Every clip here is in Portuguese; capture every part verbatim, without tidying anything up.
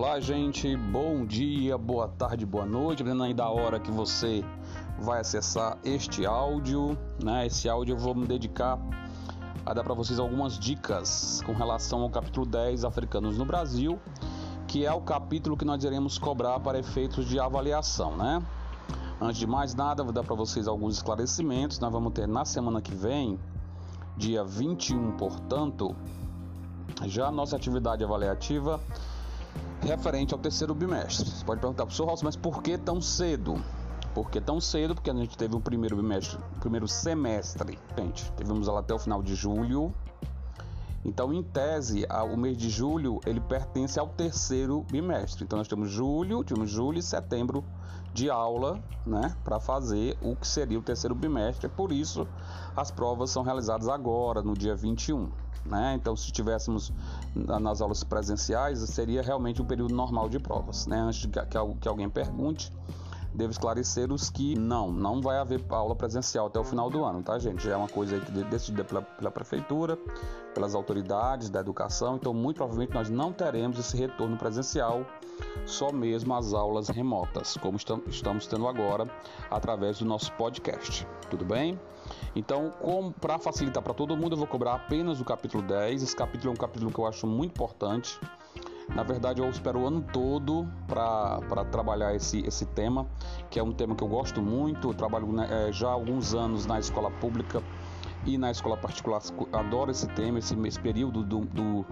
Olá, gente, bom dia, boa tarde, boa noite, dependendo aí da hora que você vai acessar este áudio, né? Esse áudio eu vou me dedicar a dar para vocês algumas dicas com relação ao capítulo dez, Africanos no Brasil, que é o capítulo que nós iremos cobrar para efeitos de avaliação, né? Antes de mais nada, vou dar para vocês alguns esclarecimentos. Nós vamos ter na semana que vem, dia vinte e um, portanto, já a nossa atividade avaliativa referente ao terceiro bimestre. Você pode perguntar, professor Rossi, mas por que tão cedo? Por que tão cedo? Porque a gente teve o primeiro bimestre, o primeiro semestre, gente, tivemos ela até o final de julho. Então, em tese, o mês de julho, ele pertence ao terceiro bimestre. Então, nós temos julho, tivemos julho e setembro de aula, né, para fazer o que seria o terceiro bimestre. Por isso, as provas são realizadas agora, no dia vinte e um. Né? Então, se estivéssemos nas aulas presenciais, seria realmente um período normal de provas, né? Antes de que alguém pergunte, devo esclarecer os que não, não vai haver aula presencial até o final do ano, tá, gente? Já é uma coisa aí que decidida pela, pela prefeitura, pelas autoridades da educação, então muito provavelmente nós não teremos esse retorno presencial, só mesmo as aulas remotas, como estamos tendo agora através do nosso podcast, tudo bem? Então, para facilitar para todo mundo, eu vou cobrar apenas o capítulo dez. Esse capítulo é um capítulo que eu acho muito importante. Na verdade, eu espero o ano todo para trabalhar esse, esse tema, que é um tema que eu gosto muito. Eu trabalho né, já há alguns anos na escola pública e na escola particular. Adoro esse tema, esse, esse período do, do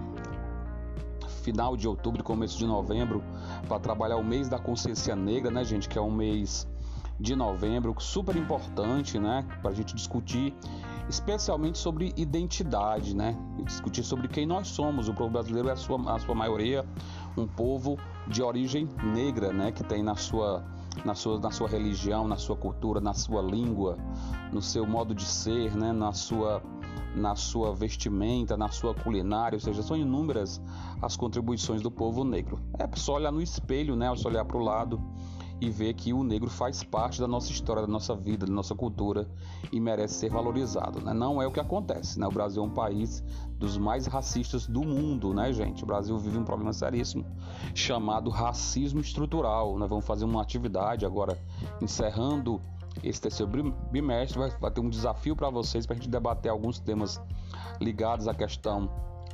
final de outubro e começo de novembro, para trabalhar o mês da consciência negra, né, gente? Que é um mês de novembro, super importante, né, para a gente discutir especialmente sobre identidade, né, discutir sobre quem nós somos. O povo brasileiro é a sua, a sua maioria um povo de origem negra, né, que tem na sua, na sua, na sua religião, na sua cultura, na sua língua, no seu modo de ser, né, na sua, na sua vestimenta, na sua culinária, ou seja, são inúmeras as contribuições do povo negro. É só olhar no espelho, né, é só olhar para o lado e ver que o negro faz parte da nossa história, da nossa vida, da nossa cultura e merece ser valorizado, né? Não é o que acontece, né? O Brasil é um país dos mais racistas do mundo, né, gente? O Brasil vive um problema seríssimo chamado racismo estrutural. Nós vamos fazer uma atividade agora, encerrando esse terceiro bimestre, vai, vai ter um desafio para vocês, para a gente debater alguns temas ligados à questão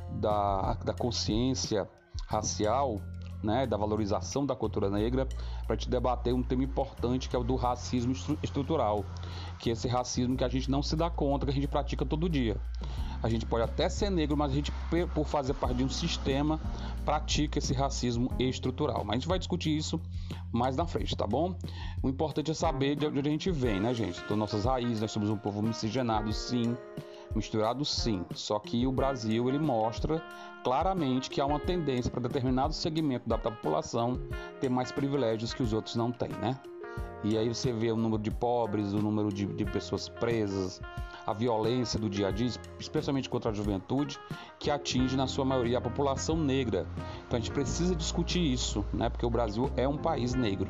da, da consciência racial, né, da valorização da cultura negra, para te debater um tema importante que é o do racismo estrutural, que é esse racismo que a gente não se dá conta, que a gente pratica todo dia. A gente pode até ser negro, mas a gente, por fazer parte de um sistema, pratica esse racismo estrutural. Mas a gente vai discutir isso mais na frente, tá bom? O importante é saber de onde a gente vem, né, gente? Então, nossas raízes, nós somos um povo miscigenado, sim, misturado, sim. Só que o Brasil, ele mostra claramente que há uma tendência para determinado segmento da, da população ter mais privilégios que os outros não têm, né? E aí você vê o número de pobres, o número de, de pessoas presas, a violência do dia a dia, especialmente contra a juventude, que atinge na sua maioria a população negra. Então a gente precisa discutir isso, né? Porque o Brasil é um país negro.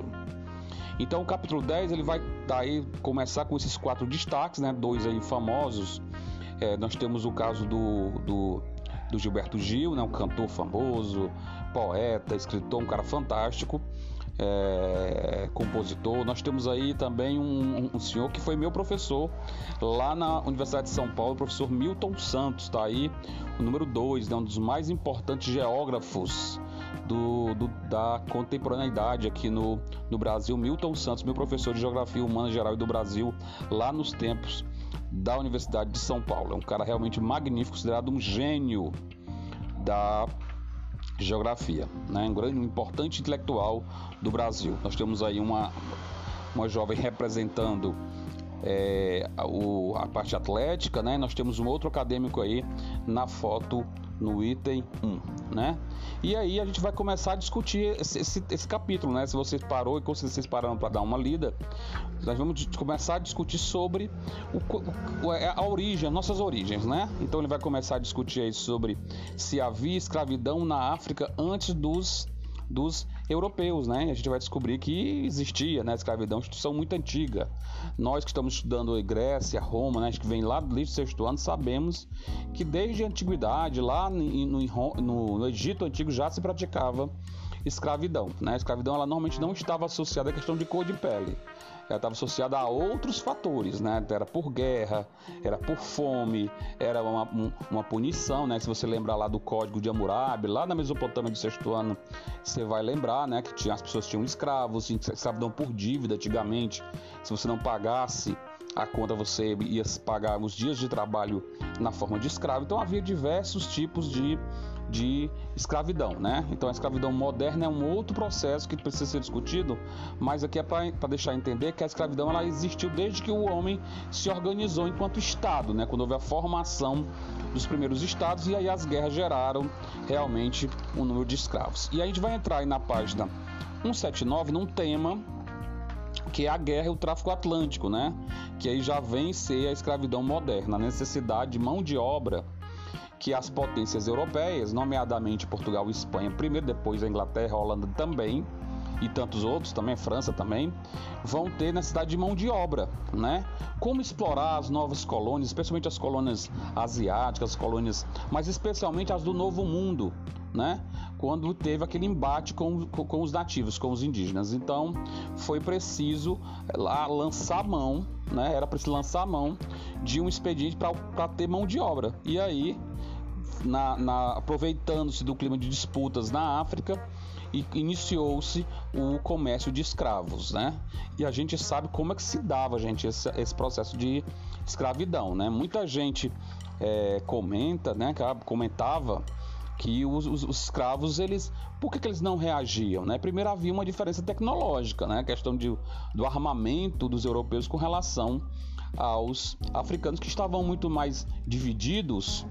Então o capítulo dez, ele vai daí começar com esses quatro destaques, né? Dois aí famosos. É, nós temos o caso do, do, do Gilberto Gil, né? Um cantor famoso, poeta, escritor, um cara fantástico, é, compositor. Nós temos aí também um, um senhor que foi meu professor lá na Universidade de São Paulo, o professor Milton Santos, tá aí o número dois, né? Um dos mais importantes geógrafos Do, do, da contemporaneidade aqui no, no Brasil, Milton Santos, meu professor de Geografia Humana Geral e do Brasil, lá nos tempos da Universidade de São Paulo. É um cara realmente magnífico, considerado um gênio da geografia, né? Um grande, um importante intelectual do Brasil. Nós temos aí uma, uma jovem representando é, a, o, a parte atlética, né? Nós temos um outro acadêmico aí na foto no item um, né? E aí a gente vai começar a discutir esse, esse, esse capítulo, né? Se você parou e com certeza vocês pararam para dar uma lida, nós vamos começar a discutir sobre o, a origem, nossas origens, né? Então ele vai começar a discutir aí sobre se havia escravidão na África antes dos dos europeus, né? A gente vai descobrir que existia, né, escravidão, instituição muito antiga. Nós que estamos estudando Grécia, Roma, né, a gente que vem lá do livro do sexto ano, sabemos que desde a antiguidade, lá no, no, no Egito Antigo já se praticava escravidão, né? A escravidão ela normalmente não estava associada à questão de cor de pele. Ela estava associada a outros fatores, né? Era por guerra, era por fome, era uma, uma punição, né? Se você lembrar lá do Código de Hammurabi, lá na Mesopotâmia do sexto ano, você vai lembrar, né? Que tinha, as pessoas tinham escravos, tinha escravidão por dívida antigamente. Se você não pagasse a conta, você ia pagar os dias de trabalho na forma de escravo. Então havia diversos tipos de de escravidão, né? Então a escravidão moderna é um outro processo que precisa ser discutido, mas aqui é para deixar entender que a escravidão ela existiu desde que o homem se organizou enquanto Estado, né? Quando houve a formação dos primeiros estados e aí as guerras geraram realmente um número de escravos. E aí a gente vai entrar aí na página cento e setenta e nove num tema que é a guerra e o tráfico atlântico, né? Que aí já vem ser a escravidão moderna, a necessidade de mão de obra que as potências europeias, nomeadamente Portugal e Espanha, primeiro, depois a Inglaterra, a Holanda também, e tantos outros também, França também, vão ter necessidade de mão de obra, né? Como explorar as novas colônias, especialmente as colônias asiáticas, as colônias, mas especialmente as do Novo Mundo, né? Quando teve aquele embate com, com, com os nativos, com os indígenas. Então, foi preciso lá lançar mão, né? Era preciso lançar mão de um expediente para ter mão de obra. E aí, na, na, aproveitando-se do clima de disputas na África, e iniciou-se o comércio de escravos, né? E a gente sabe como é que se dava, gente, esse, esse processo de escravidão, né? Muita gente é, comenta, né? Comentava que os, os, os escravos, eles, por que, que eles não reagiam, né? Primeiro havia uma diferença tecnológica, né? A questão de, do armamento dos europeus com relação aos africanos, que estavam muito mais divididos.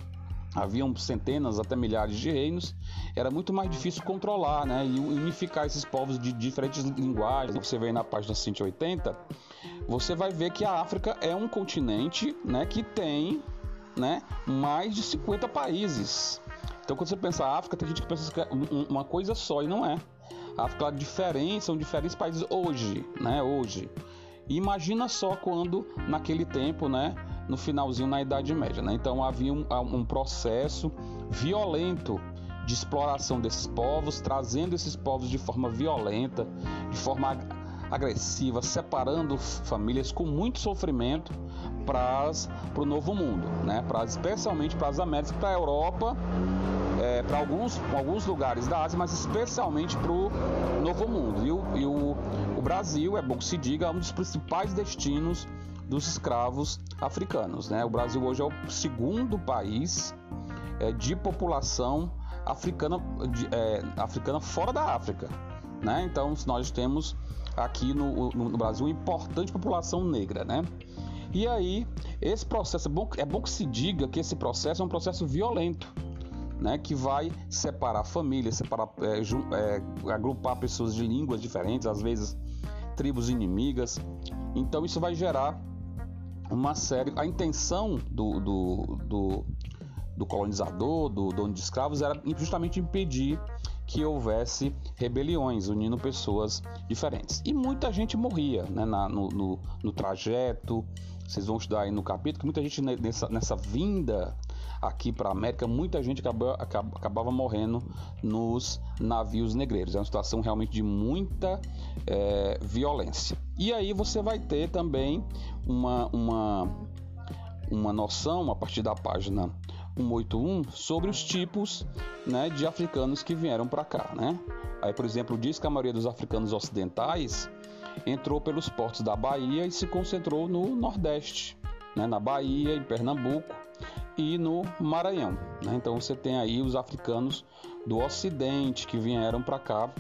Haviam centenas até milhares de reinos, era muito mais difícil controlar, né, e unificar esses povos de diferentes linguagens. Você vê aí na página cento e oitenta, você vai ver que a África é um continente, né, que tem, né, mais de cinquenta países. Então, quando você pensa a África, tem gente que pensa que é uma coisa só, e não é. A África é diferente, são diferentes países hoje, né, hoje. E imagina só quando, naquele tempo, né, no finalzinho na Idade Média, né? Então havia um, um processo violento de exploração desses povos, trazendo esses povos de forma violenta, de forma agressiva, separando famílias com muito sofrimento para o Novo Mundo, né? Pra, especialmente para as Américas, para a Europa, é, para alguns, alguns lugares da Ásia, mas especialmente para o Novo Mundo. E, o, e o, o Brasil, é bom que se diga, é um dos principais destinos dos escravos africanos, né? O Brasil hoje é o segundo país é, de população africana, de, é, africana fora da África, né? Então nós temos aqui no, no, no Brasil uma importante população negra, né? E aí esse processo, é bom, é bom que se diga que esse processo é um processo violento, né? Que vai separar famílias, separar, é, jun, é, agrupar pessoas de línguas diferentes, às vezes tribos inimigas. Então isso vai gerar uma série. A intenção do, do, do, do colonizador, do dono de escravos, era justamente impedir que houvesse rebeliões, unindo pessoas diferentes. E muita gente morria, né, na, no, no, no trajeto. Vocês vão estudar aí no capítulo que muita gente nessa, nessa vinda aqui para a América, muita gente acabava, acabava morrendo nos navios negreiros. É uma situação realmente de muita é, violência. E aí você vai ter também uma, uma, uma noção, a partir da página cento e oitenta e um, sobre os tipos, né, de africanos que vieram para cá, né? Aí, por exemplo, diz que a maioria dos africanos ocidentais entrou pelos portos da Bahia e se concentrou no Nordeste, né, na Bahia, em Pernambuco e no Maranhão, né? Então você tem aí os africanos do Ocidente que vieram para cá,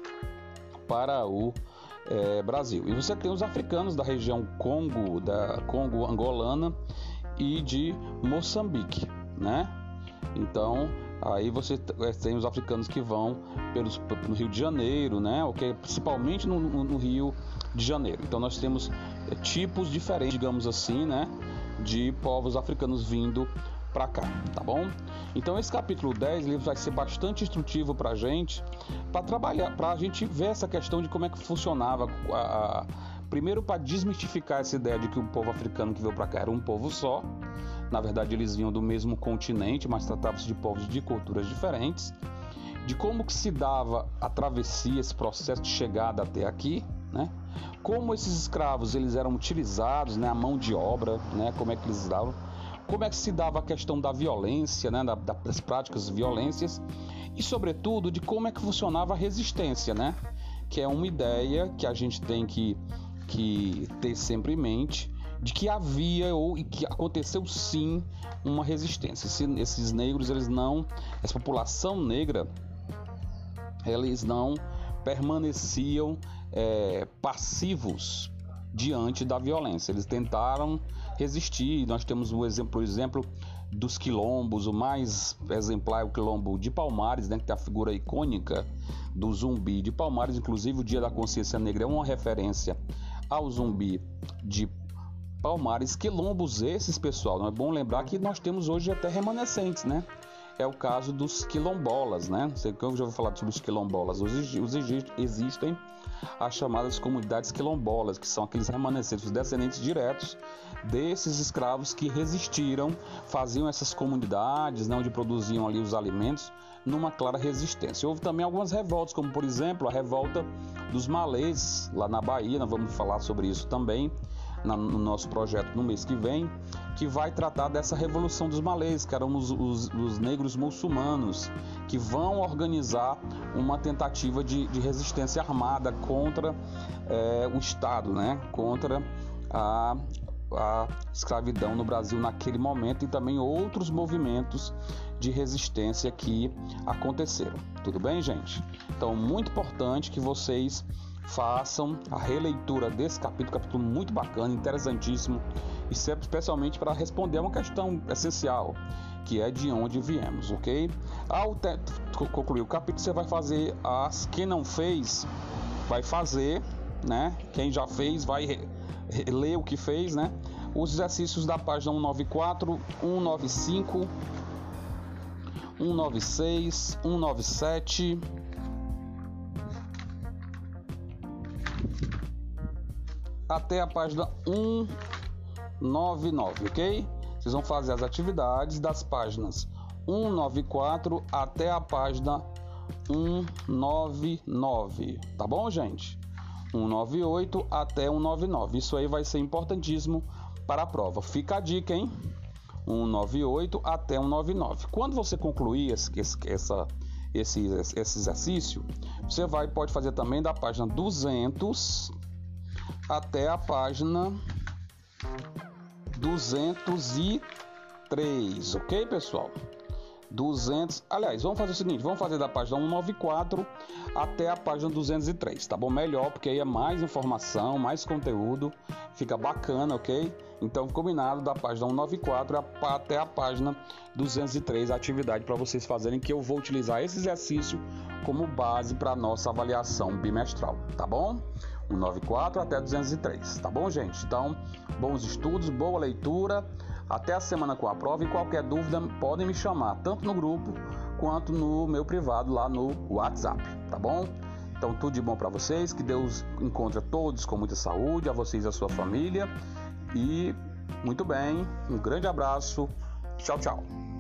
para o é, Brasil. E você tem os africanos da região Congo, da Congo angolana e de Moçambique, né? Então aí você tem os africanos que vão pelos, pelo Rio de Janeiro, né? Okay? Principalmente no, no, no Rio de Janeiro. Então nós temos é, tipos diferentes, digamos assim, né, de povos africanos vindo para cá, tá bom? Então esse capítulo dez ele vai ser bastante instrutivo para a gente, para trabalhar, para a gente ver essa questão de como é que funcionava a, a, primeiro para desmistificar essa ideia de que o povo africano que veio para cá era um povo só. Na verdade eles vinham do mesmo continente, mas tratavam-se de povos de culturas diferentes. de como que se dava a travessia, esse processo de chegada até aqui, né? Como esses escravos eles eram utilizados, né? A mão de obra, né? Como é que eles davam, como é que se dava a questão da violência, né? Da, das práticas violências e, sobretudo, de como é que funcionava a resistência, né? Que é uma ideia que a gente tem que, que ter sempre em mente, de que havia ou e que aconteceu sim uma resistência. Esse, esses negros, eles não, essa população negra, eles não permaneciam é, passivos diante da violência. Eles tentaram resistir. Nós temos o exemplo, por exemplo, dos quilombos. O mais exemplar é o quilombo de Palmares, né, que tem a figura icônica do Zumbi de Palmares. Inclusive, o Dia da Consciência Negra é uma referência ao Zumbi de Palmares. Quilombos esses, pessoal, não é bom lembrar que nós temos hoje até remanescentes, né? É o caso dos quilombolas, né? Sei que eu já vou falar sobre os quilombolas. Hoje existem as chamadas comunidades quilombolas, que são aqueles remanescentes, os descendentes diretos desses escravos que resistiram, faziam essas comunidades, né, onde produziam ali os alimentos, numa clara resistência. Houve também algumas revoltas, como por exemplo a revolta dos malês, lá na Bahia. Nós vamos falar sobre isso também no nosso projeto no mês que vem, que vai tratar dessa revolução dos malês, que eram os, os, os negros muçulmanos, que vão organizar uma tentativa de, de resistência armada contra é, o Estado, né? Contra a, a escravidão no Brasil naquele momento, e também outros movimentos de resistência que aconteceram. Tudo bem, gente? Então, muito importante que vocês façam a releitura desse capítulo, capítulo muito bacana, interessantíssimo, e especialmente para responder a uma questão essencial, que é de onde viemos, ok? Ao te- concluir o capítulo, você vai fazer as... Quem não fez, vai fazer, né? Quem já fez, vai re- re- ler o que fez, né? Os exercícios da página cento e noventa e quatro, cento e noventa e cinco, cento e noventa e seis, cento e noventa e sete... até a página cento e noventa e nove, ok? Vocês vão fazer as atividades das páginas cento e noventa e quatro até a página cento e noventa e nove, tá bom, gente? cento e noventa e oito até cento e noventa e nove. Isso aí vai ser importantíssimo para a prova. Fica a dica, hein? cento e noventa e oito até cento e noventa e nove. Quando você concluir esse, essa, esse, esse exercício, você vai, pode fazer também da página duzentos até a página duzentos e três, ok, pessoal? duzentos, aliás, vamos fazer o seguinte, vamos fazer da página cento e noventa e quatro até a página duzentos e três, tá bom? Melhor, porque aí é mais informação, mais conteúdo, fica bacana, ok? Então, combinado, da página cento e noventa e quatro até a página duzentos e três, a atividade para vocês fazerem, que eu vou utilizar esse exercício como base para a nossa avaliação bimestral, tá bom? cento e noventa e quatro até duzentos e três, tá bom, gente? Então, bons estudos, boa leitura, até a semana com a prova, e qualquer dúvida podem me chamar, tanto no grupo quanto no meu privado lá no WhatsApp, tá bom? Então, tudo de bom para vocês, que Deus encontre a todos com muita saúde, a vocês e a sua família, e muito bem, um grande abraço, tchau, tchau.